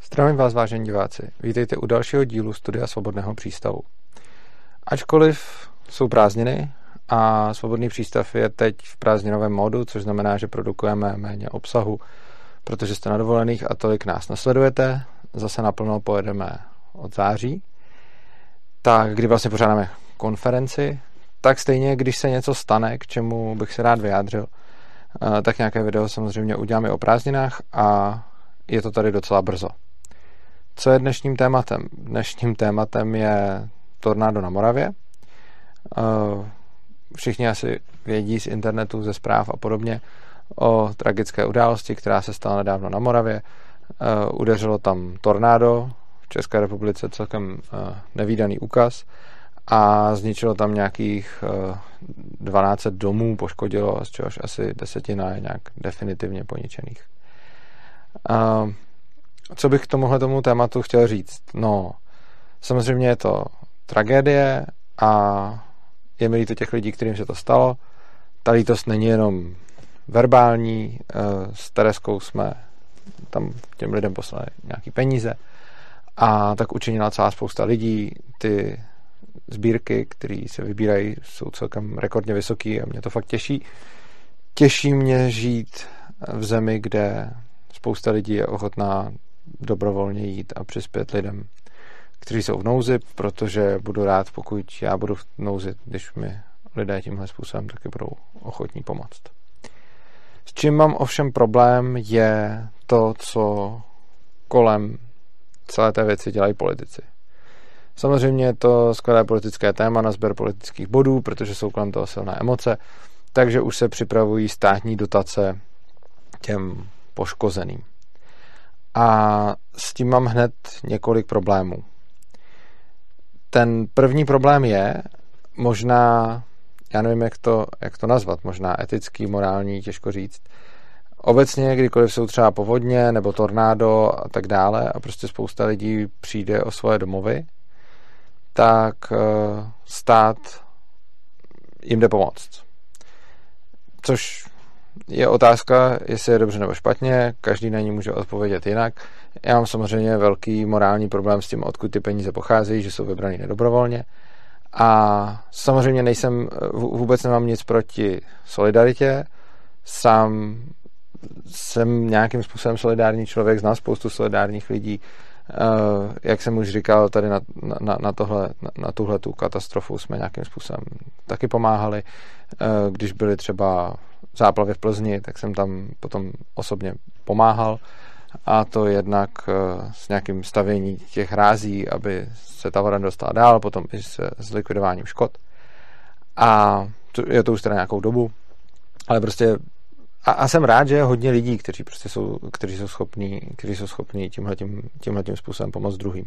Zdravím vás, vážení diváci. Vítejte u dalšího dílu Studia Svobodného přístavu. Ačkoliv jsou prázdniny a Svobodný přístav je teď v prázdninovém módu, což znamená, že produkujeme méně obsahu, protože jste na dovolených a tolik nás nesledujete, zase naplno pojedeme od září, tak kdy vlastně pořádáme konferenci, tak stejně, když se něco stane, k čemu bych se rád vyjádřil, tak nějaké video samozřejmě uděláme o prázdninách a je to tady docela brzo. Co je dnešním tématem? Dnešním tématem je tornádo na Moravě. Všichni asi vědí z internetu, ze zpráv a podobně o tragické události, která se stala nedávno na Moravě. Udeřilo tam tornádo, v České republice celkem nevídaný úkaz a zničilo tam nějakých 12 domů, poškodilo, z čehož asi 10 je nějak definitivně poničených. Co bych k tomu tématu chtěl říct? No, samozřejmě je to tragédie a je mi líto těch lidí, kterým se to stalo. Ta lítost není jenom verbální, s Tereskou jsme tam těm lidem poslali nějaký peníze a tak učinila celá spousta lidí. Ty sbírky, které se vybírají, jsou celkem rekordně vysoký a mě to fakt těší. Těší mě žít v zemi, kde spousta lidí je ochotná dobrovolně jít a přispět lidem, kteří jsou v nouzi, protože budu rád, pokud já budu v nouzi, když mi lidé tímhle způsobem taky budou ochotní pomoct. S čím mám ovšem problém je to, co kolem celé té věci dělají politici. Samozřejmě je to skvělé politické téma na sběr politických bodů, protože jsou kolem toho silné emoce, takže už se připravují státní dotace těm poškozeným. A s tím mám hned několik problémů. Ten první problém je možná, já nevím, jak to nazvat, možná etický, morální, těžko říct. Obecně, kdykoliv jsou třeba povodně nebo tornádo a tak dále a prostě spousta lidí přijde o svoje domovy, tak stát jim jde pomoct. Což je otázka, jestli je dobře nebo špatně, každý na ní může odpovědět jinak. Já mám samozřejmě velký morální problém s tím, odkud ty peníze pocházejí, že jsou vybraný nedobrovolně. A samozřejmě vůbec nemám nic proti solidaritě. Sám jsem nějakým způsobem solidární člověk, znám spoustu solidárních lidí. Jak jsem už říkal, tady na tuhle tu katastrofu jsme nějakým způsobem taky pomáhali. Když byly třeba záplavy v Plzni, tak jsem tam potom osobně pomáhal a to jednak s nějakým stavění těch hrází, aby se ta voda dostala dál, potom i se zlikvidováním škod. A je to už teda nějakou dobu, ale prostě a jsem rád, že je hodně lidí, kteří jsou schopní tímhletím způsobem pomoct druhým.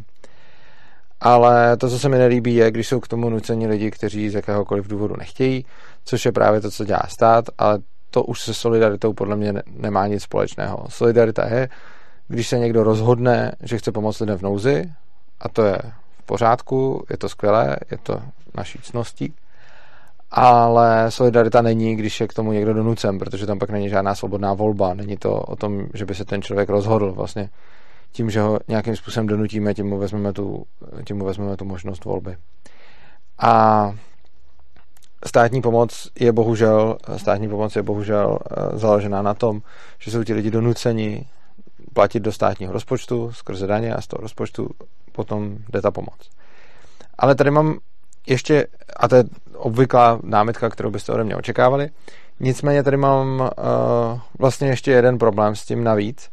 Ale to, co se mi nelíbí, je, když jsou k tomu nuceni lidi, kteří z jakéhokoliv důvodu nechtějí, což je právě to, co dělá stát, ale to už se solidaritou podle mě nemá nic společného. Solidarita je, když se někdo rozhodne, že chce pomoct lidem v nouzi, a to je v pořádku, je to skvělé, je to naší ctností, ale solidarita není, když je k tomu někdo donucen, protože tam pak není žádná svobodná volba, není to o tom, že by se ten člověk rozhodl vlastně tím, že ho nějakým způsobem donutíme, tím mu vezmeme tu možnost volby. A státní pomoc je bohužel založená na tom, že jsou ti lidi donuceni platit do státního rozpočtu skrze daně a z toho rozpočtu potom jde ta pomoc. Ale tady mám ještě, a to je obvyklá námitka, kterou byste ode mě očekávali, nicméně tady mám vlastně ještě jeden problém s tím navíc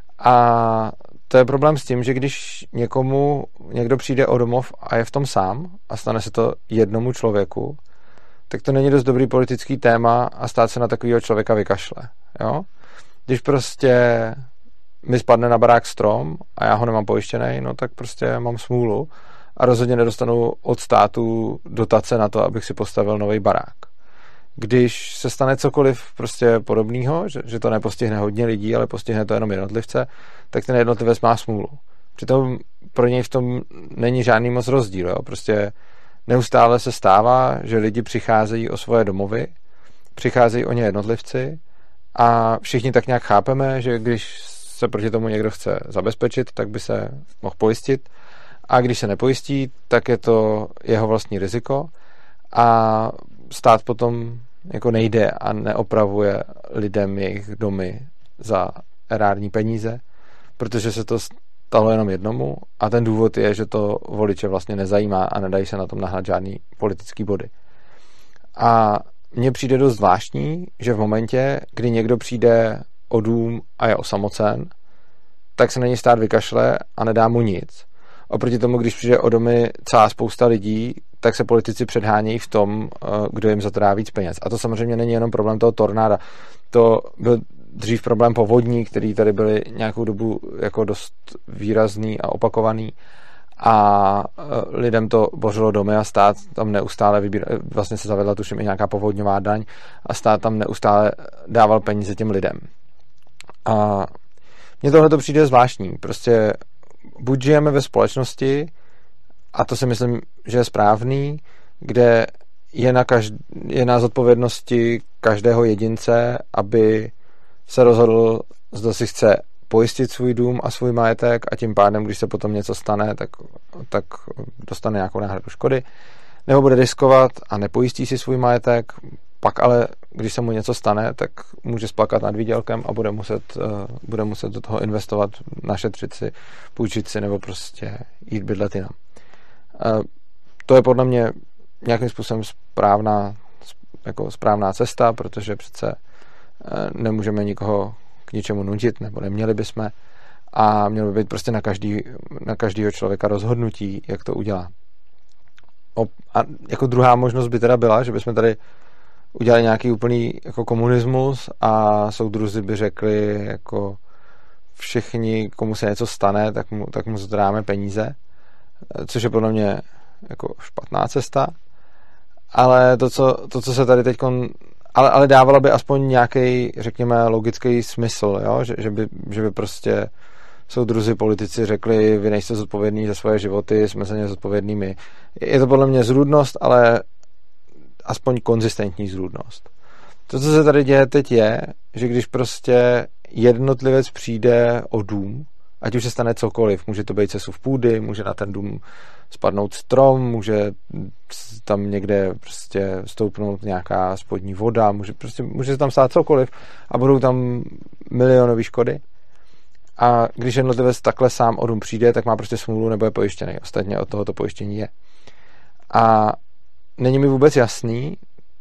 a to je problém s tím, že když někdo přijde o domov a je v tom sám a stane se to jednomu člověku, tak to není dost dobrý politický téma a stát se na takového člověka vykašle. Jo? Když prostě mi spadne na barák strom a já ho nemám pojištěný, no tak prostě mám smůlu a rozhodně nedostanu od státu dotace na to, abych si postavil nový barák. Když se stane cokoliv prostě podobného, že to nepostihne hodně lidí, ale postihne to jenom jednotlivce, tak ten jednotlivec má smůlu. Přitom pro něj v tom není žádný moc rozdíl. Jo? Prostě neustále se stává, že lidi přicházejí o svoje domovy, přicházejí o ně jednotlivci a všichni tak nějak chápeme, že když se proti tomu někdo chce zabezpečit, tak by se mohl pojistit. A když se nepojistí, tak je to jeho vlastní riziko a stát potom jako nejde a neopravuje lidem jejich domy za erární peníze, protože se to stalo jenom jednomu a ten důvod je, že to voliče vlastně nezajímá a nedají se na tom nahrát žádný politický body. A mně přijde dost zvláštní, že v momentě, kdy někdo přijde o dům a je osamocen, tak se na něj stát vykašle a nedá mu nic. Oproti tomu, když přijde o domy celá spousta lidí, tak se politici předhánějí v tom, kdo jim za to dá víc peněz. A to samozřejmě není jenom problém toho tornáda. To byl dřív problém povodní, který tady byly nějakou dobu jako dost výrazný a opakovaný. A lidem to bořilo domy a stát tam neustále vlastně se zavedla tuším i nějaká povodňová daň a stát tam neustále dával peníze těm lidem. A mně tohle to přijde zvláštní. Prostě buď žijeme ve společnosti, a to si myslím, že je správný, kde je na zodpovědnosti každého jedince, aby se rozhodl, zda si chce pojistit svůj dům a svůj majetek a tím pádem, když se potom něco stane, tak dostane nějakou náhradu škody, nebo bude riskovat a nepojistí si svůj majetek, pak ale, když se mu něco stane, tak může splakat nad výdělkem a bude muset do toho investovat, našetřit si, půjčit si nebo prostě jít bydlet jinam. To je podle mě nějakým způsobem správná cesta, protože přece nemůžeme nikoho k ničemu nutit, nebo neměli bychom, a mělo by být prostě na každého člověka rozhodnutí, jak to udělá. A jako druhá možnost by teda byla, že bychom tady udělali nějaký úplný jako komunismus a soudruzi by řekli jako všichni, komu se něco stane, tak mu zadáme peníze, což je podle mě jako špatná cesta, ale to, co se tady teď ale dávalo by aspoň nějaký, řekněme, logický smysl, jo? Že by prostě soudruzi politici řekli, vy nejste zodpovědní za svoje životy, jsme za ně zodpovědnými. Je to podle mě zrůdnost, ale aspoň konzistentní zrůdnost. To, co se tady děje teď je, že když prostě jednotlivec přijde o dům, ať už se stane cokoliv, může to být sesuv půdy, může na ten dům spadnout strom, může tam někde prostě stoupnout nějaká spodní voda, může se tam stát cokoliv a budou tam milionové škody. A když jednotlivec takhle sám o dům přijde, tak má prostě smůlu nebo je pojištěný. Ostatně od tohoto pojištění je. A není mi vůbec jasný,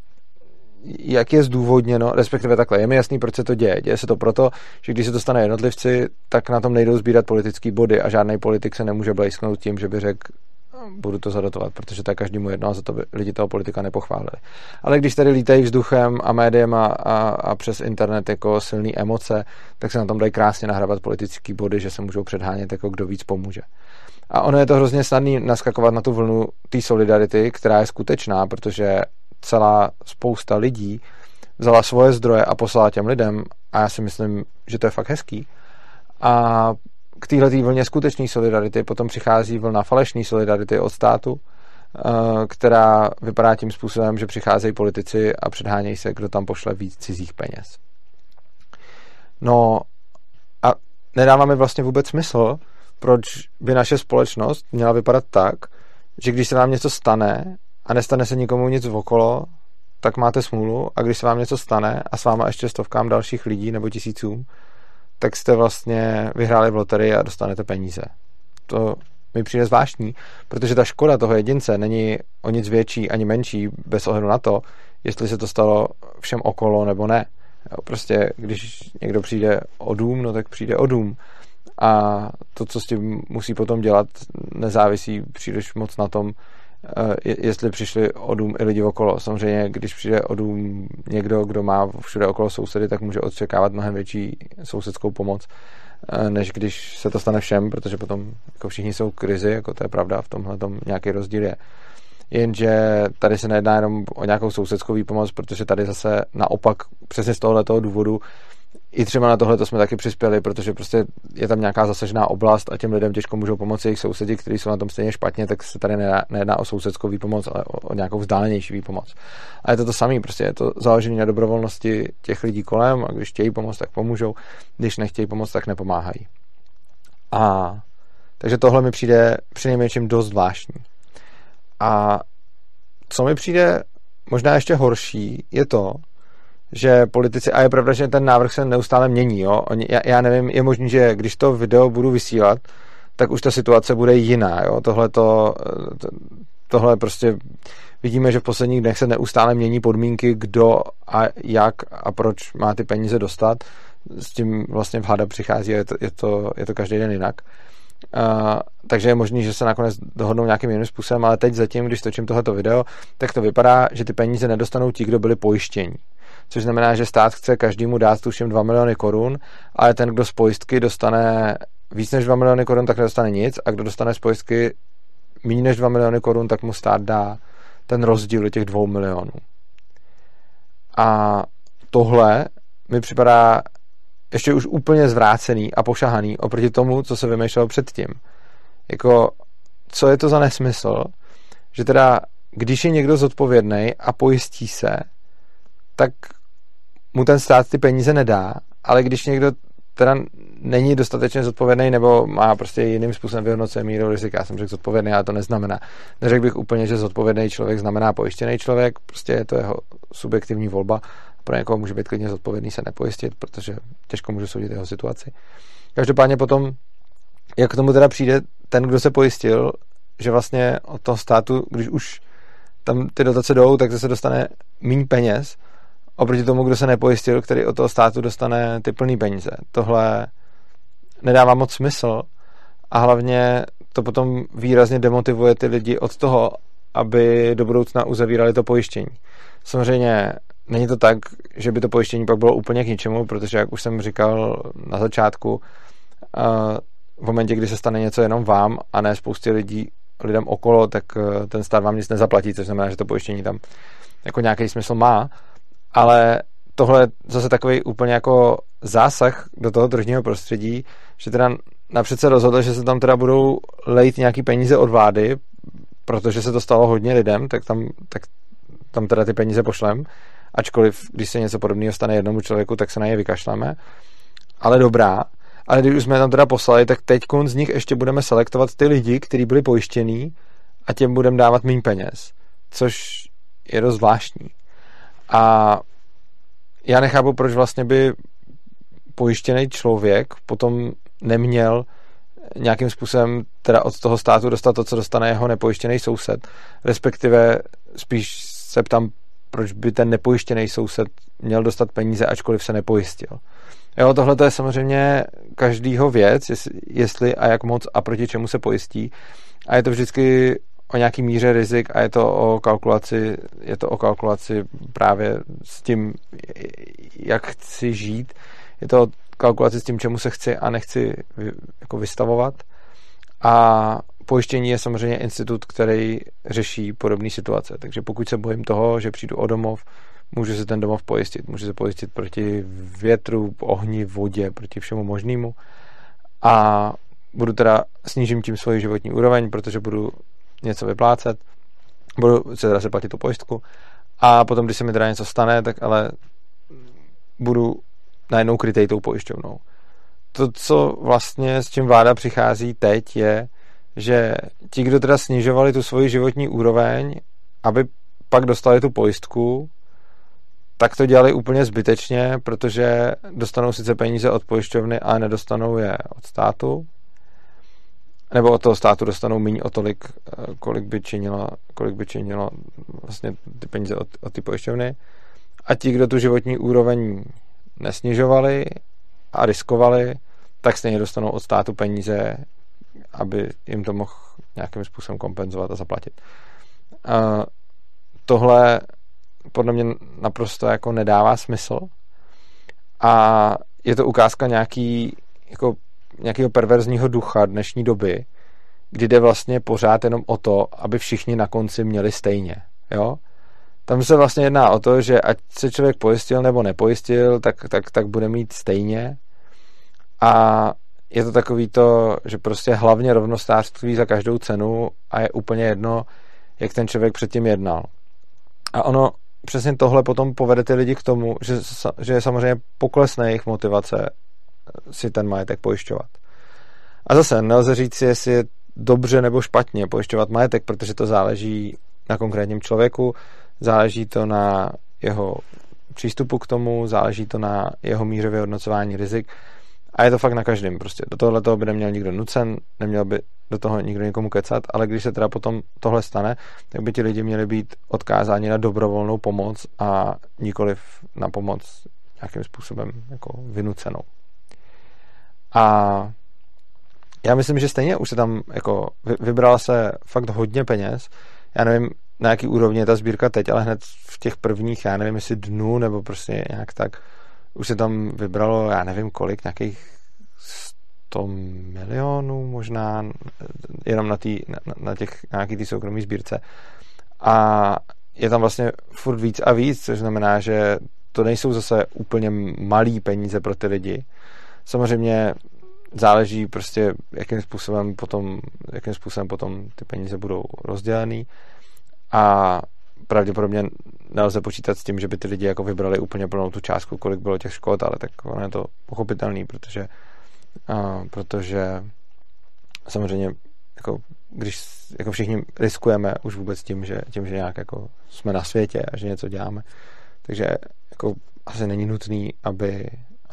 jak je zdůvodněno, respektive takhle, je mi jasný, proč se to děje. Děje se to proto, že když se to stane jednotlivci, tak na tom nejdou sbírat politický body a žádný politik se nemůže blejsknout tím, že by řekl, budu to zadotovat, protože to je každému jedno a za to by lidi toho politika nepochválili. Ale když tady lítají vzduchem a médiem a přes internet jako silný emoce, tak se na tom dají krásně nahrávat politický body, že se můžou předhánět, jako kdo víc pomůže. A ono je to hrozně snadný naskakovat na tu vlnu té solidarity, která je skutečná, protože celá spousta lidí vzala svoje zdroje a poslala těm lidem a já si myslím, že to je fakt hezký. A k téhletý vlně skutečné solidarity potom přichází vlna falešné solidarity od státu, která vypadá tím způsobem, že přicházejí politici a předhánějí se, kdo tam pošle víc cizích peněz. No a nedává mi vlastně vůbec smysl, proč by naše společnost měla vypadat tak, že když se vám něco stane a nestane se nikomu nic okolo, tak máte smůlu, a když se vám něco stane a s váma ještě stovkám dalších lidí nebo tisícům, tak jste vlastně vyhráli v loterii a dostanete peníze. To mi přijde zvláštní, protože ta škoda toho jedince není o nic větší ani menší bez ohledu na to, jestli se to stalo všem okolo nebo ne. Prostě když někdo přijde o dům, no tak přijde o dům. A to, co s tím musí potom dělat, nezávisí příliš moc na tom, jestli přišli o dům i lidi okolo. Samozřejmě, když přijde o dům někdo, kdo má všude okolo sousedy, tak může očekávat mnohem větší sousedskou pomoc, než když se to stane všem, protože potom jako všichni jsou v krizi, jako to je pravda, v tomhle tom nějaký rozdíl je. Jenže tady se nejedná jenom o nějakou sousedskou výpomoc, protože tady zase naopak přesně z tohoto důvodu i třeba na tohle to jsme taky přispěli, protože prostě je tam nějaká zasažená oblast a těm lidem těžko můžou pomoci jejich sousedi, kteří jsou na tom stejně špatně, tak se tady nejedná o sousedskou výpomoc, ale o nějakou vzdálenější výpomoc. A je to samé, prostě je to založené na dobrovolnosti těch lidí kolem a když chtějí pomoct, tak pomůžou, když nechtějí pomoct, tak nepomáhají. A takže tohle mi přijde přinejmenším dost zvláštní. A co mi přijde možná ještě horší, je to, že politici, a je pravda, že ten návrh se neustále mění, jo? Já nevím, je možný, že když to video budu vysílat, tak už ta situace bude jiná, jo? Tohle prostě vidíme, že v posledních dnech se neustále mění podmínky, kdo a jak a proč má ty peníze dostat. S tím vlastně vláda přichází a je to každý den jinak. Takže je možný, že se nakonec dohodnou nějakým jiným způsobem, ale teď zatím, když točím tohleto video, tak to vypadá, že ty peníze nedostanou ti, kdo byli pojištění. Což znamená, že stát chce každému dát tuším 2 miliony korun, ale ten, kdo z pojistky dostane víc než 2 miliony korun, tak nedostane nic, a kdo dostane z pojistky méně než 2 miliony korun, tak mu stát dá ten rozdíl do těch 2 milionů. A tohle mi připadá ještě už úplně zvrácený a pošahaný oproti tomu, co se vymýšlelo předtím. Jako, co je to za nesmysl, že teda, když je někdo zodpovědný a pojistí se, tak mu ten stát ty peníze nedá, ale když někdo teda není dostatečně zodpovědný nebo má prostě jiným způsobem vyhodnocený míru rizika, já jsem řekl zodpovědný, ale to neznamená. Neřekl bych úplně, že zodpovědný člověk znamená pojištěný člověk, prostě je to jeho subjektivní volba. Pro někoho může být klidně zodpovědný se nepojistit, protože těžko můžu soudit jeho situaci. Každopádně potom, jak k tomu teda přijde ten, kdo se pojistil, že vlastně od toho státu, když už tam ty dotace jdou, tak se dostane míň peněz, oproti tomu, kdo se nepojistil, který od toho státu dostane ty plný peníze. Tohle nedává moc smysl a hlavně to potom výrazně demotivuje ty lidi od toho, aby do budoucna uzavírali to pojištění. Samozřejmě není to tak, že by to pojištění pak bylo úplně k ničemu, protože, jak už jsem říkal na začátku, v momentě, kdy se stane něco jenom vám a ne spoustě lidem okolo, tak ten stát vám nic nezaplatí, což znamená, že to pojištění tam jako nějaký smysl má, ale tohle je zase takový úplně jako zásah do toho tržního prostředí, že teda napřed se rozhodl, že se tam teda budou lejt nějaký peníze od vlády, protože se to stalo hodně lidem, tak tam teda ty peníze pošlem, ačkoliv, když se něco podobného stane jednomu člověku, tak se na ně vykašleme. Ale dobrá. Ale když už jsme tam teda poslali, tak teď z nich ještě budeme selektovat ty lidi, kteří byli pojištění a těm budeme dávat méně peněz. Což je dost zvláštní. A já nechápu, proč vlastně by pojištěný člověk potom neměl nějakým způsobem teda od toho státu dostat to, co dostane jeho nepojištěný soused. Respektive spíš se ptám, proč by ten nepojištěný soused měl dostat peníze, ačkoliv se nepojistil. Jo, tohle to je samozřejmě každýho věc, jestli a jak moc a proti čemu se pojistí. A je to vždycky o nějaký míře rizik a je to o kalkulaci právě s tím, jak chci žít. Je to o kalkulaci s tím, čemu se chci a nechci jako vystavovat. A pojištění je samozřejmě institut, který řeší podobné situace. Takže pokud se bojím toho, že přijdu o domov, můžu se ten domov pojistit. Můžu se pojistit proti větru, ohni, vodě, proti všemu možnému. A snížím tím svoji životní úroveň, protože budu něco vyplácet, budu se teda se platit tu pojistku a potom, když se mi teda něco stane, tak ale budu najednou krytej tou pojišťovnou. To, co vlastně s čím vláda přichází teď, je, že ti, kdo teda snižovali tu svoji životní úroveň, aby pak dostali tu pojistku, tak to dělali úplně zbytečně, protože dostanou sice peníze od pojišťovny, ale nedostanou je od státu. Nebo od toho státu dostanou méně o tolik, kolik by činilo vlastně ty peníze od ty pojišťovny. A ti, kdo tu životní úroveň nesnižovali a riskovali, tak stejně dostanou od státu peníze, aby jim to mohl nějakým způsobem kompenzovat a zaplatit. Tohle podle mě naprosto jako nedává smysl a je to ukázka nějakého perverzního ducha dnešní doby, kdy jde vlastně pořád jenom o to, aby všichni na konci měli stejně. Jo? Tam se vlastně jedná o to, že ať se člověk pojistil nebo nepojistil, tak bude mít stejně. A je to takový to, že prostě hlavně rovnostářství za každou cenu a je úplně jedno, jak ten člověk předtím jednal. A ono přesně tohle potom povede ty lidi k tomu, že samozřejmě poklesne jejich motivace si ten majetek pojišťovat. A zase nelze říct si, jestli je dobře nebo špatně pojišťovat majetek, protože to záleží na konkrétním člověku, záleží to na jeho přístupu k tomu, záleží to na jeho míře vyhodnocování rizik a je to fakt na každém. Prostě do tohoto by neměl nikdo nucen, neměl by do toho nikdo nikomu kecat, ale když se teda potom tohle stane, tak by ti lidi měli být odkázáni na dobrovolnou pomoc a nikoliv na pomoc nějakým způsobem jako vynucenou. A já myslím, že stejně už se tam jako vybrala se fakt hodně peněz. Já nevím, na jaký úrovni je ta sbírka teď, ale hned v těch prvních, já nevím, jestli dnů, nebo prostě nějak tak, už se tam vybralo, já nevím kolik, nějakých 100 milionů možná, jenom na těch nějaký ty soukromý sbírce. A je tam vlastně furt víc a víc, což znamená, že to nejsou zase úplně malý peníze pro ty lidi. Samozřejmě záleží prostě, jakým způsobem potom ty peníze budou rozdělený a pravděpodobně nelze počítat s tím, že by ty lidi jako vybrali úplně plnou tu částku, kolik bylo těch škod, ale tak ono je to pochopitelný, protože samozřejmě jako když jako všichni riskujeme už vůbec tím, že nějak jako jsme na světě a že něco děláme, takže jako asi není nutný, aby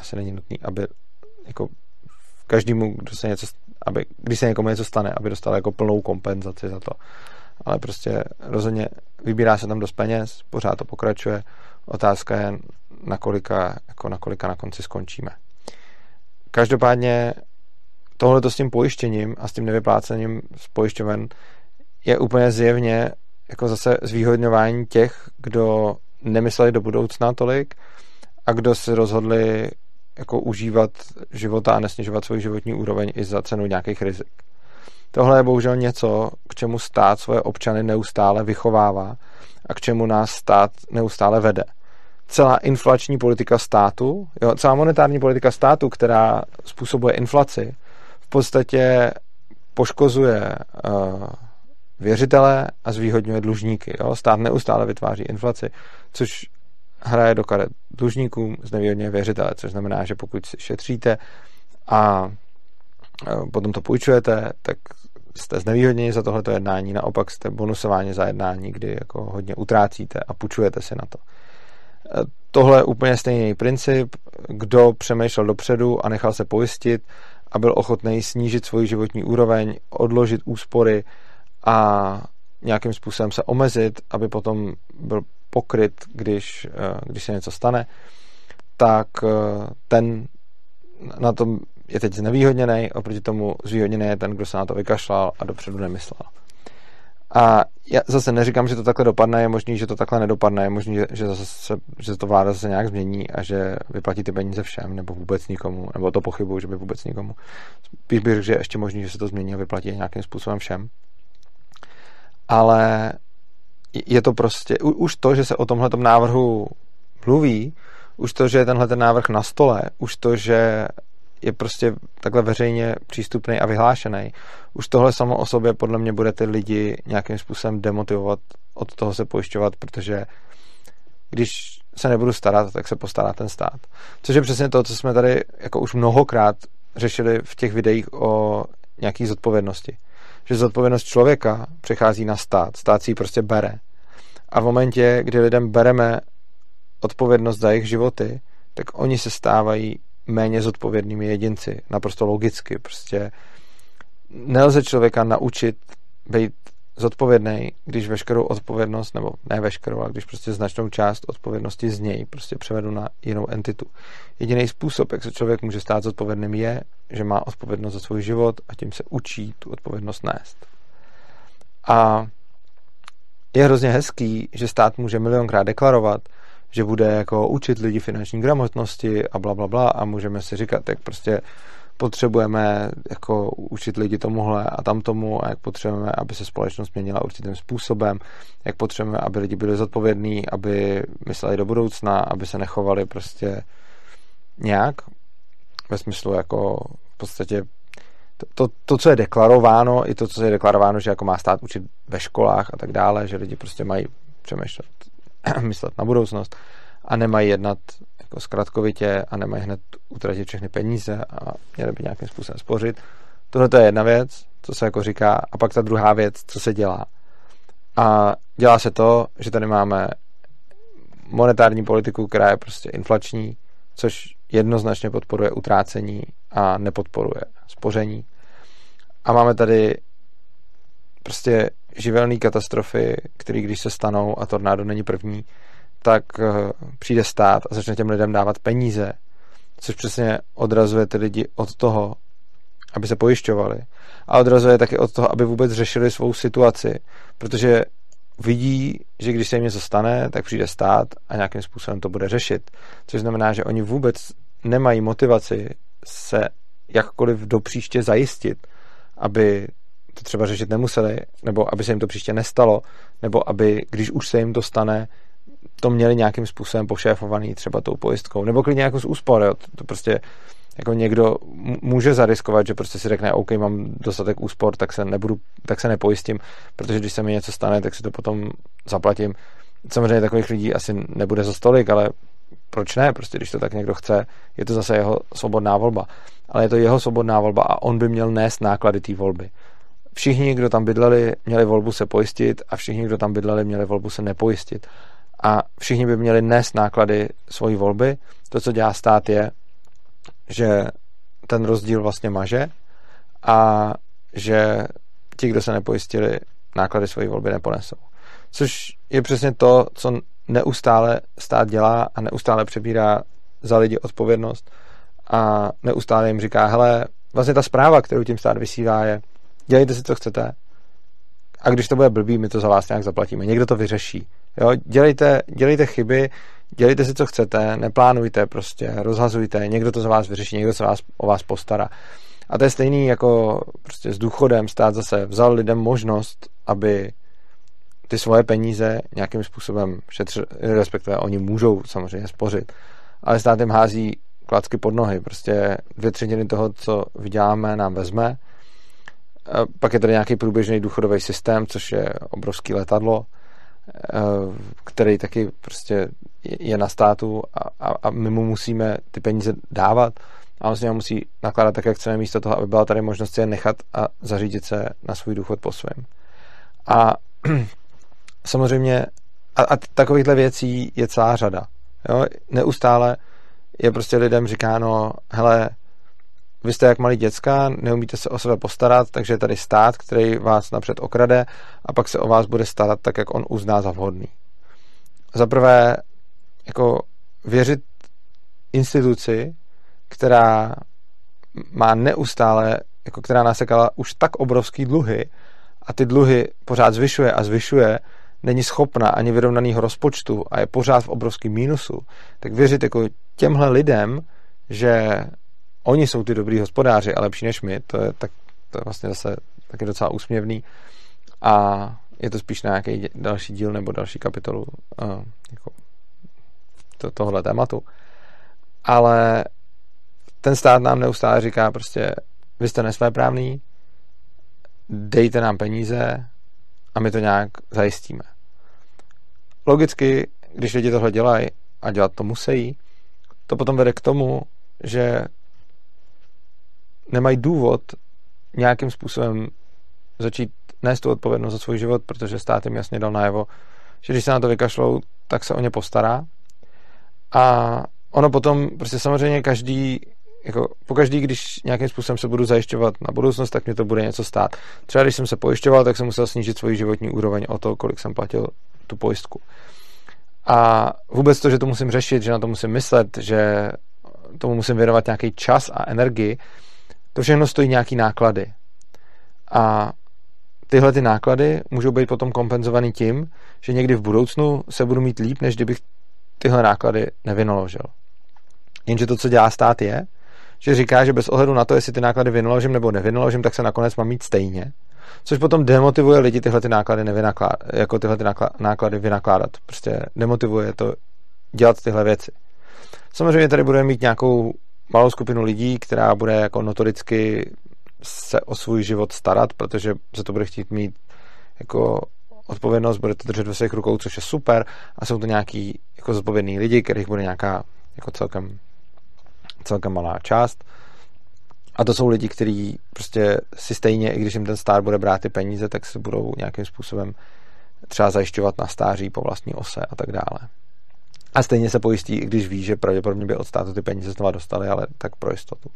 jako každému, když se někomu něco stane, aby dostal jako plnou kompenzaci za to. Ale prostě rozhodně vybírá se tam dost peněz, pořád to pokračuje. Otázka je, na kolika na konci skončíme. Každopádně tohleto s tím pojištěním a s tím nevyplácením z pojišťoven je úplně zjevně jako zase zvýhodňování těch, kdo nemysleli do budoucna tolik a kdo si rozhodli jako užívat života a nesnižovat svůj životní úroveň i za cenu nějakých rizik. Tohle je bohužel něco, k čemu stát svoje občany neustále vychovává a k čemu nás stát neustále vede. Celá inflační politika státu, celá monetární politika státu, která způsobuje inflaci, v podstatě poškozuje věřitele a zvýhodňuje dlužníky. Stát neustále vytváří inflaci, což hraje do karet dlužníkům, znevýhodňuje věřitele, což znamená, že pokud si šetříte a potom to půjčujete, tak jste znevýhodněni za tohleto jednání, naopak jste bonusováni za jednání, kdy jako hodně utrácíte a půjčujete si na to. Tohle je úplně stejný princip, kdo přemýšlel dopředu a nechal se pojistit a byl ochotný snížit svoji životní úroveň, odložit úspory a nějakým způsobem se omezit, aby potom byl pokryt, když se něco stane, tak ten na tom je teď znevýhodněný, oproti tomu zvýhodněný je ten, kdo se na to vykašlal a dopředu nemyslel. A já zase neříkám, že to takhle dopadne, je možný, že to takhle nedopadne, je možný, že to vláda zase nějak změní a že vyplatí ty peníze všem, nebo vůbec nikomu, nebo to pochybuju, že by vůbec nikomu. Spíš bych řekl, že je ještě možný, že se to změní a vyplatí nějakým způsobem všem. Ale je to prostě, už to, že se o tomhletom návrhu mluví, už to, že je tenhle ten návrh na stole, už to, že je prostě takhle veřejně přístupný a vyhlášený. Už tohle samo o sobě podle mě bude ty lidi nějakým způsobem demotivovat od toho se pojišťovat, protože když se nebudu starat, tak se postará ten stát. Což je přesně to, co jsme tady jako už mnohokrát řešili v těch videích o nějaký zodpovědnosti. Že zodpovědnost člověka přechází na stát. Stát si ji prostě bere. A v momentě, kdy lidem bereme odpovědnost za jejich životy, tak oni se stávají méně zodpovědnými jedinci. Naprosto logicky. Prostě nelze člověka naučit být zodpovědný, když veškerou odpovědnost, nebo ne veškerou, ale když prostě značnou část odpovědnosti z něj prostě převedu na jinou entitu. Jediný způsob, jak se člověk může stát zodpovědným, je, že má odpovědnost za svůj život a tím se učí tu odpovědnost nést. A je hrozně hezký, že stát může milionkrát deklarovat, že bude jako učit lidi finanční gramotnosti a blablabla a můžeme si říkat, jak prostě potřebujeme jako učit lidi tomuhle a tamtomu a jak potřebujeme, aby se společnost měnila určitým způsobem, jak potřebujeme, aby lidi byli zodpovědní, aby mysleli do budoucna, aby se nechovali prostě nějak ve smyslu jako v podstatě to, co je deklarováno, i to, co je deklarováno, že jako má stát učit ve školách a tak dále, že lidi prostě mají přemýšlet, myslet na budoucnost a nemají jednat jako zkratkovitě a nemají hned utratit všechny peníze a měli by nějakým způsobem spořit. Tohle to je jedna věc, co se jako říká, a pak ta druhá věc, co se dělá. A dělá se to, že tady máme monetární politiku, která je prostě inflační, což jednoznačně podporuje utrácení a nepodporuje spoření. A máme tady prostě živelné katastrofy, které když se stanou, a tornádo není první, tak přijde stát a začne těm lidem dávat peníze, což přesně odrazuje ty lidi od toho, aby se pojišťovali. A odrazuje taky od toho, aby vůbec řešili svou situaci, protože vidí, že když se jim něco stane, tak přijde stát a nějakým způsobem to bude řešit. Což znamená, že oni vůbec nemají motivaci se jakkoliv do příště zajistit, aby to třeba řešit nemuseli, nebo aby se jim to příště nestalo, nebo aby, když už se jim to stane, to měli nějakým způsobem pošéfovaný třeba tou pojistkou, nebo klidně jako z úspor, jo. To prostě jako někdo může zariskovat, že prostě si řekne, OK, mám dostatek úspor, tak se nepojistím, protože když se mi něco stane, tak si to potom zaplatím. Samozřejmě takových lidí asi nebude za stolik, ale proč ne? Prostě když to tak někdo chce, je to zase jeho svobodná volba. Ale je to jeho svobodná volba a on by měl nést náklady té volby. Všichni, kdo tam bydleli, měli volbu se pojistit a všichni, kdo tam bydleli, měli volbu se nepojistit. A všichni by měli nést náklady svojí volby. To, co dělá stát, je, že ten rozdíl vlastně maže a že ti, kdo se nepojistili, náklady svojí volby neponesou. Což je přesně to, co neustále stát dělá a neustále přebírá za lidi odpovědnost a neustále jim říká, hele, vlastně ta zpráva, kterou tím stát vysílá, je dělejte si, co chcete a když to bude blbý, my to za vás nějak zaplatíme. Někdo to vyřeší. Jo? Dělejte chyby, dělejte si, co chcete, neplánujte prostě, rozhazujte, někdo to za vás vyřeší, někdo se o vás postará. A to je stejný jako prostě s důchodem. Stát zase vzal lidem možnost, aby ty svoje peníze nějakým způsobem šetřili, respektive oni můžou samozřejmě spořit, ale stát jim hází klacky pod nohy. Prostě 2/3 toho, co vyděláme, nám vezme. Pak je tady nějaký průběžný důchodový systém, což je obrovský letadlo, který taky prostě je na státu a my mu musíme ty peníze dávat a on s ním musí nakládat tak, jak chceme, místo toho, aby byla tady možnost je nechat a zařídit se na svůj důchod po svém. A samozřejmě a takovýchhle věcí je celá řada. Jo? Neustále je prostě lidem říkáno, hele, vy jste jak malí děcka, neumíte se o sebe postarat, takže je tady stát, který vás napřed okrade a pak se o vás bude starat tak, jak on uzná za vhodný. Za prvé, jako věřit instituci, která má neustále, jako která nasekala už tak obrovský dluhy a ty dluhy pořád zvyšuje a zvyšuje, není schopna ani vyrovnanýho rozpočtu a je pořád v obrovském mínusu, tak věřit jako těmhle lidem, že oni jsou ty dobrý hospodáři a lepší než my, to je vlastně zase taky docela úsměvný a je to spíš na nějaký další díl nebo další kapitolu jako tohle tématu. Ale ten stát nám neustále říká prostě, vy jste nesvéprávný, dejte nám peníze a my to nějak zajistíme. Logicky, když lidi tohle dělají a dělat to musí, to potom vede k tomu, že nemají důvod nějakým způsobem začít nést tu odpovědnost za svůj život, protože stát jim jasně dal najevo, že když se na to vykašlou, tak se o ně postará. A ono potom prostě samozřejmě pokaždý, když nějakým způsobem se budu zajišťovat na budoucnost, tak mě to bude něco stát. Třeba když jsem se pojišťoval, tak jsem musel snížit svoji životní úroveň o to, kolik jsem platil tu pojistku. A vůbec to, že to musím řešit, že na to musím myslet, že tomu musím věnovat nějaký čas a energii, to všechno stojí nějaký náklady. A tyhle ty náklady můžou být potom kompenzovaný tím, že někdy v budoucnu se budu mít líp, než kdybych tyhle náklady nevynaložil. Jenže to, co dělá stát, je, že říká, že bez ohledu na to, jestli ty náklady vynaložím nebo nevynaložím, tak se nakonec mám mít stejně. Což potom demotivuje lidi tyhle ty náklady náklady vynakládat. Prostě demotivuje to dělat tyhle věci. Samozřejmě tady budeme mít nějakou malou skupinu lidí, která bude jako notoricky se o svůj život starat, protože se to bude chtít mít jako odpovědnost, bude to držet ve svých rukou, což je super, a jsou to nějaký jako zodpovědný lidi, kterých bude nějaká jako celkem malá část. A to jsou lidi, kteří prostě si stejně, i když jim ten stát bude brát ty peníze, tak se budou nějakým způsobem třeba zajišťovat na stáří po vlastní ose a tak dále. A stejně se pojistí, i když ví, že pravděpodobně by od státu ty peníze znova dostali, ale tak pro jistotu.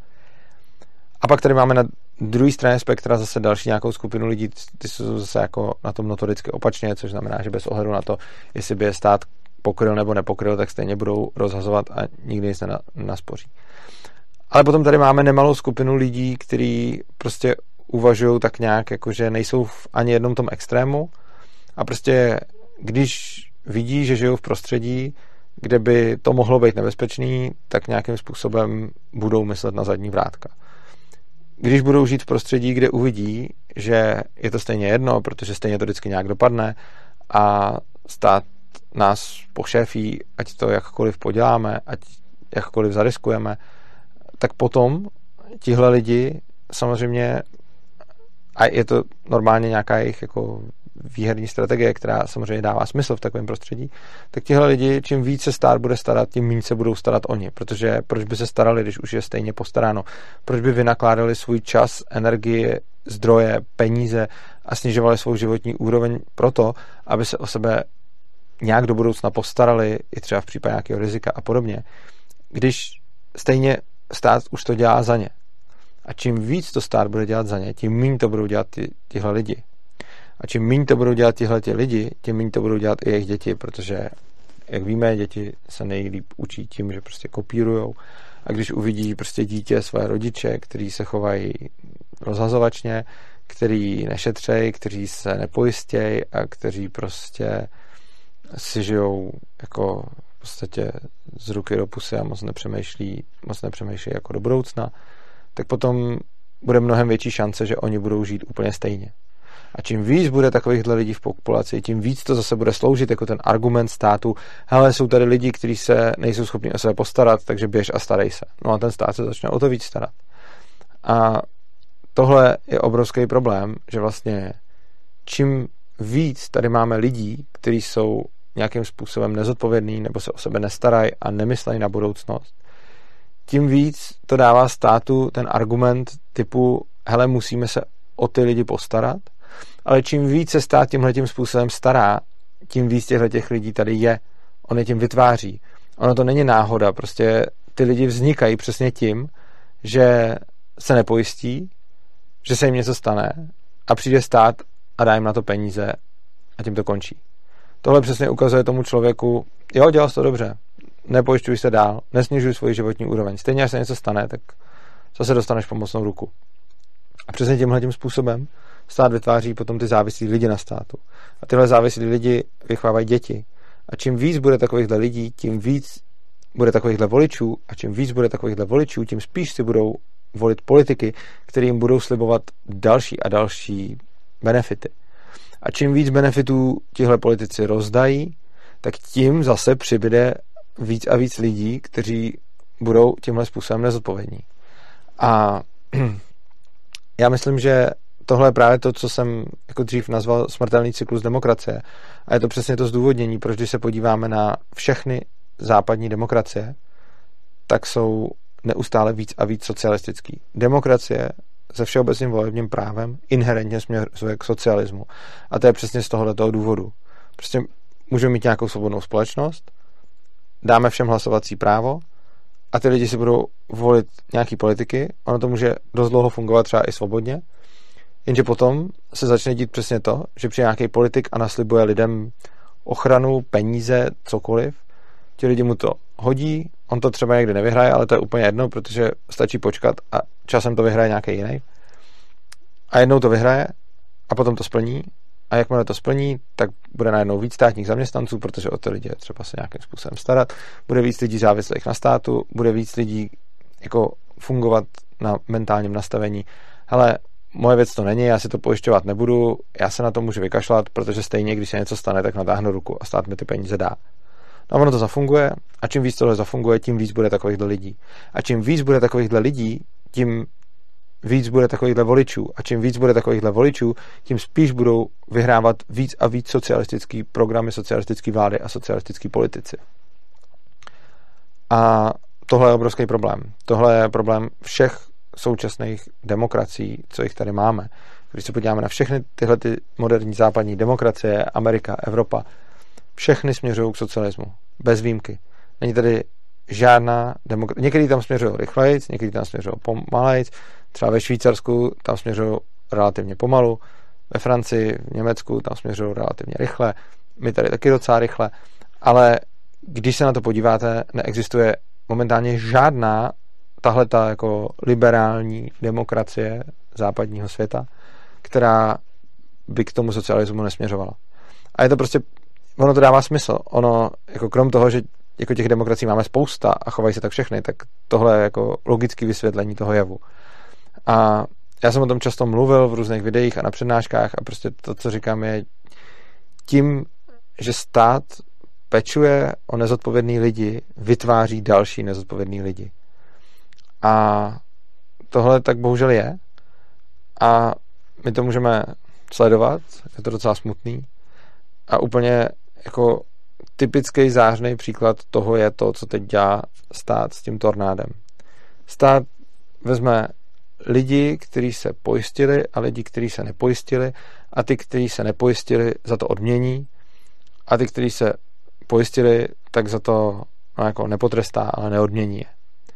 A pak tady máme na druhé straně spektra zase další nějakou skupinu lidí, ty jsou zase jako na tom notoricky opačně, což znamená, že bez ohledu na to, jestli by je stát pokryl nebo nepokryl, tak stejně budou rozhazovat a nikdy nic nenaspoří. Ale potom tady máme nemalou skupinu lidí, kteří prostě uvažují tak nějak, jakože nejsou v ani jednom tom extrému a prostě když vidí, že žijou v prostředí, kde by to mohlo být nebezpečný, tak nějakým způsobem budou myslet na zadní vrátka. Když budou žít v prostředí, kde uvidí, že je to stejně jedno, protože stejně to vždycky nějak dopadne a stát nás pošéfí, ať to jakkoliv poděláme, ať jakkoliv zariskujeme, tak potom tihle lidi samozřejmě, a je to normálně nějaká jejich jako výherní strategie, která samozřejmě dává smysl v takovém prostředí, tak tihle lidi, čím víc se stát bude starat, tím méně se budou starat oni, protože proč by se starali, když už je stejně postaráno? Proč by vynakládali svůj čas, energii, zdroje, peníze a snižovali svou životní úroveň proto, aby se o sebe nějak do budoucna postarali, i třeba v případě nějakého rizika a podobně, když stejně stát už to dělá za ně. A čím víc to stát bude dělat za ně, tím méně to budou dělat tihle lidi. A čím méně to budou dělat tihle lidi, tím méně to budou dělat i jejich děti, protože, jak víme, děti se nejlíp učí tím, že prostě kopírujou. A když uvidí prostě dítě své rodiče, kteří se chovají rozhazovačně, kteří nešetřejí, kteří se nepojistějí a kteří prostě si žijou jako v podstatě z ruky do pusy a moc nepřemýšlí jako do budoucna, tak potom bude mnohem větší šance, že oni budou žít úplně stejně. A čím víc bude takovýchhle lidí v populaci, tím víc to zase bude sloužit jako ten argument státu, hele, jsou tady lidi, kteří se nejsou schopni o sebe postarat, takže běž a starej se. No a ten stát se začne o to víc starat. A tohle je obrovský problém, že vlastně čím víc tady máme lidí, kteří jsou nějakým způsobem nezodpovědný nebo se o sebe nestarají a nemyslejí na budoucnost, tím víc to dává státu ten argument typu, hele, musíme se o ty lidi postarat, ale čím víc se stát tímhletím způsobem stará, tím víc těch lidí tady je. On je tím vytváří. Ono to není náhoda, prostě ty lidi vznikají přesně tím, že se nepojistí, že se jim něco stane a přijde stát a dá jim na to peníze a tím to končí. Tohle přesně ukazuje tomu člověku, jo, dělal jsi to dobře, nepojišťuj se dál, nesnižuj svoji životní úroveň. Stejně, až se něco stane, tak zase dostaneš pomocnou ruku. A přesně tímhletím způsobem stát vytváří potom ty závislí lidi na státu. A tyhle závislí lidi vychovávají děti. A čím víc bude takovýchhle lidí, tím víc bude takovýchhle voličů a čím víc bude takovýchhle voličů, tím spíš si budou volit politiky, kterým budou slibovat další a další benefity. A čím víc benefitů tihle politici rozdají, tak tím zase přibyde víc a víc lidí, kteří budou tímhle způsobem nezodpovědní. A já myslím, že tohle je právě to, co jsem jako dřív nazval smrtelný cyklus demokracie. A je to přesně to zdůvodnění, proč když se podíváme na všechny západní demokracie, tak jsou neustále víc a víc socialistický. Demokracie se všeobecným volebním právem inherentně směřuje k socialismu. A to je přesně z tohoto důvodu. Prostě můžeme mít nějakou svobodnou společnost, dáme všem hlasovací právo a ty lidi si budou volit nějaký politiky. Ono to může dost dlouho fungovat třeba i svobodně, jenže potom se začne dít přesně to, že přijde nějaký politik a naslibuje lidem ochranu, peníze, cokoliv. Ti lidi mu to hodí, on to třeba někde nevyhraje, ale to je úplně jedno, protože stačí počkat a časem to vyhraje nějaký jiný. A jednou to vyhraje a potom to splní. A jakmile to splní, tak bude najednou víc státních zaměstnanců, protože o ty lidi je třeba se nějakým způsobem starat. Bude víc lidí závislých na státu, bude víc lidí jako fungovat na mentálním nastavení. Hele, moje věc to není, já si to pojišťovat nebudu, já se na to můžu vykašlat, protože stejně, když se něco stane, tak natáhnu ruku a stát mi ty peníze dá. No a ono to zafunguje a čím víc tohle zafunguje, tím víc bude takovýchhle lidí. A čím víc bude takovýchhle lidí, tím víc bude takovýchhle voličů. A čím víc bude takovýchhle voličů, tím spíš budou vyhrávat víc a víc socialistický programy, socialistický vlády a socialistický politici. A tohle je obrovský problém. Tohle je problém všech současných demokracií, co jich tady máme. Když se podíváme na všechny tyhle ty moderní západní demokracie, Amerika, Evropa, všechny směřují k socialismu. Bez výjimky. Není tady žádná demokracie. Některý tam směřují rychlejc, některý tam směřují pomalejc. Třeba ve Švýcarsku tam směřují relativně pomalu. Ve Francii, v Německu tam směřují relativně rychle. My tady taky docela rychle. Ale když se na to podíváte, neexistuje momentálně žádná tahleta jako liberální demokracie západního světa, která by k tomu socialismu nesměřovala. A je to prostě, ono to dává smysl. Ono, jako krom toho, že jako těch demokracií máme spousta a chovají se tak všechny, tak tohle je jako logické vysvětlení toho jevu. A já jsem o tom často mluvil v různých videích a na přednáškách a prostě to, co říkám, je tím, že stát pečuje o nezodpovědný lidi, vytváří další nezodpovědný lidi. A tohle tak bohužel je. A my to můžeme sledovat, je to docela smutný. A úplně jako typický zářný příklad toho je to, co teď dělá stát s tím tornádem. Stát vezme lidi, kteří se pojistili a lidi, kteří se nepojistili a ty, kteří se nepojistili, za to odmění a ty, kteří se pojistili, tak za to jako nepotrestá, ale neodmění je.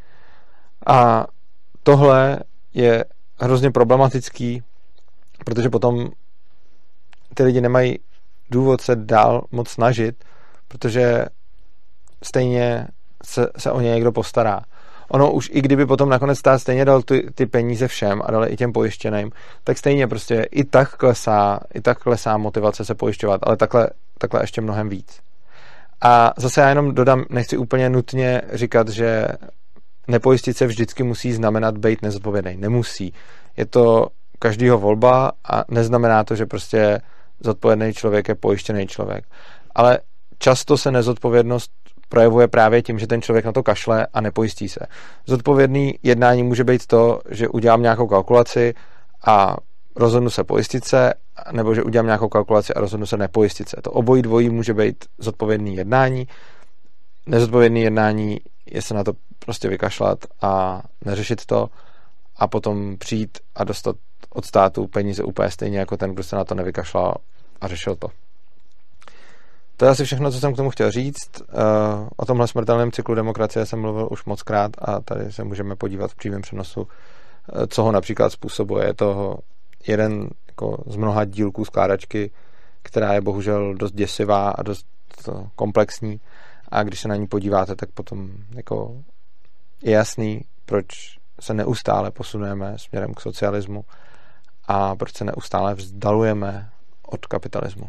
A tohle je hrozně problematický, protože potom ty lidi nemají důvod se dál moc snažit, protože stejně se o ně někdo postará. Ono už i kdyby potom nakonec stát stejně dal ty peníze všem a dal i těm pojištěným, tak stejně prostě i tak klesá motivace se pojišťovat, ale takhle ještě mnohem víc. A zase já jenom dodám, nechci úplně nutně říkat, že nepojistit se vždycky musí znamenat být nezodpovědný. Nemusí. Je to každýho volba a neznamená to, že prostě zodpovědný člověk je pojištěný člověk. Ale často se nezodpovědnost projevuje právě tím, že ten člověk na to kašle a nepojistí se. Zodpovědný jednání může být to, že udělám nějakou kalkulaci a rozhodnu se pojistit se, nebo že udělám nějakou kalkulaci a rozhodnu se nepojistit se. To obojí dvojí může být zodpovědný jednání. Nezodpovědný jednání je se na to prostě vykašlat a neřešit to a potom přijít a dostat od státu peníze úplně stejně jako ten, kdo se na to nevykašlal a řešil to. To je asi všechno, co jsem k tomu chtěl říct. O tomhle smrtelném cyklu demokracie jsem mluvil už mockrát a tady se můžeme podívat v přímém přenosu, co ho například způsobuje. Je to jeden jako z mnoha dílků skládačky, která je bohužel dost děsivá a dost komplexní a když se na ní podíváte, tak potom jako je jasný, proč se neustále posunujeme směrem k socialismu a proč se neustále vzdalujeme od kapitalismu.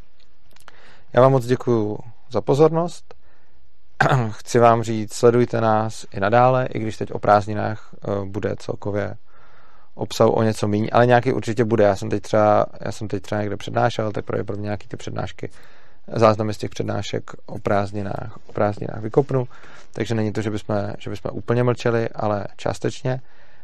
Já vám moc děkuju za pozornost. Chci vám říct, sledujte nás i nadále, i když teď o prázdninách bude celkově obsahu o něco méně, ale nějaký určitě bude. Já jsem teď třeba někde přednášel, tak pravděpodobně nějaký ty přednášky, záznamy z těch přednášek o prázdninách vykopnu, takže není to, že bychom úplně mlčeli, ale částečně.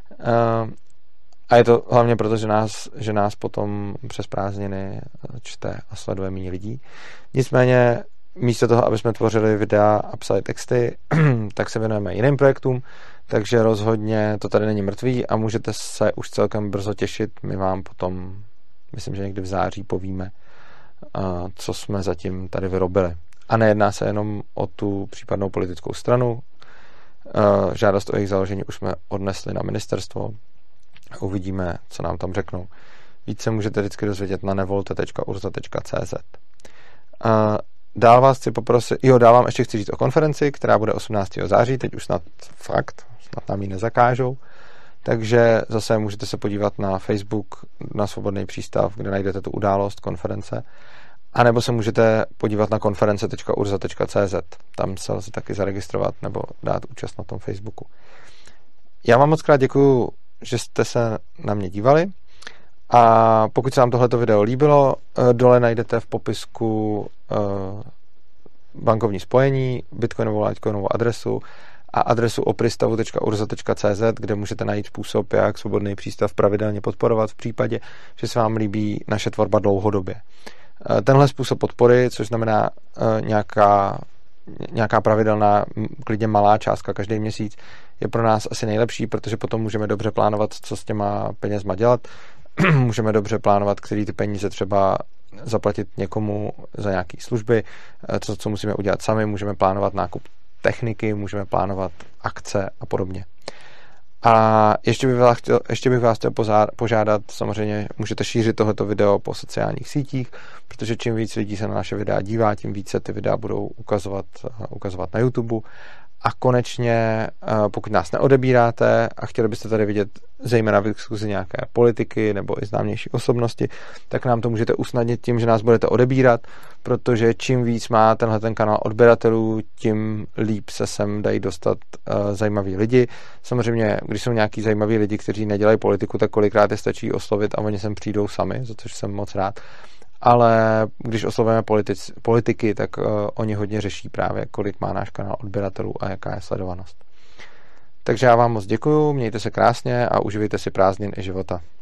A je to hlavně proto, že nás potom přes prázdniny čte a sleduje méně lidí. Nicméně místo toho, aby jsme tvořili videa a psali texty, tak se věnujeme jiným projektům, takže rozhodně to tady není mrtvý a můžete se už celkem brzo těšit. My vám potom, myslím, že někdy v září povíme, co jsme zatím tady vyrobili. A nejedná se jenom o tu případnou politickou stranu. Žádost o jejich založení už jsme odnesli na ministerstvo. Uvidíme, co nám tam řeknou. Více můžete vždycky dozvědět na nevolte.urza.cz. Dál vás chci poprosit, dál vám ještě chci říct o konferenci, která bude 18. září, teď už snad nám ji nezakážou, takže zase můžete se podívat na Facebook, na Svobodný přístav, kde najdete tu událost konference, anebo se můžete podívat na konference.urza.cz, tam se lze taky zaregistrovat nebo dát účast na tom Facebooku. Já vám moc krát děkuju, že jste se na mě dívali a pokud se vám tohleto video líbilo, dole najdete v popisku bankovní spojení, bitcoinovou, litecoinovou adresu a adresu opristavu.urza.cz, kde můžete najít způsob, jak Svobodný přístav pravidelně podporovat v případě, že se vám líbí naše tvorba dlouhodobě. Tenhle způsob podpory, což znamená nějaká pravidelná, klidně malá částka každý měsíc, je pro nás asi nejlepší, protože potom můžeme dobře plánovat, co s těma penězma dělat. Můžeme dobře plánovat, který ty peníze třeba zaplatit někomu za nějaké služby, co musíme udělat sami, můžeme plánovat nákup techniky, můžeme plánovat akce a podobně. A ještě bych vás chtěl požádat, samozřejmě můžete šířit tohleto video po sociálních sítích, protože čím víc lidí se na naše videa dívá, tím více ty videa budou ukazovat na YouTube. A konečně, pokud nás neodebíráte a chtěli byste tady vidět zejména v diskuzi nějaké politiky nebo i známější osobnosti, tak nám to můžete usnadnit tím, že nás budete odebírat, protože čím víc má ten kanál odběratelů, tím líp se sem dají dostat zajímaví lidi. Samozřejmě, když jsou nějaký zajímaví lidi, kteří nedělají politiku, tak kolikrát je stačí oslovit a oni sem přijdou sami, za což jsem moc rád. Ale když oslovujeme politiky, tak oni hodně řeší právě, kolik má náš kanál odběratelů a jaká je sledovanost. Takže já vám moc děkuju, mějte se krásně a uživejte si prázdnin i života.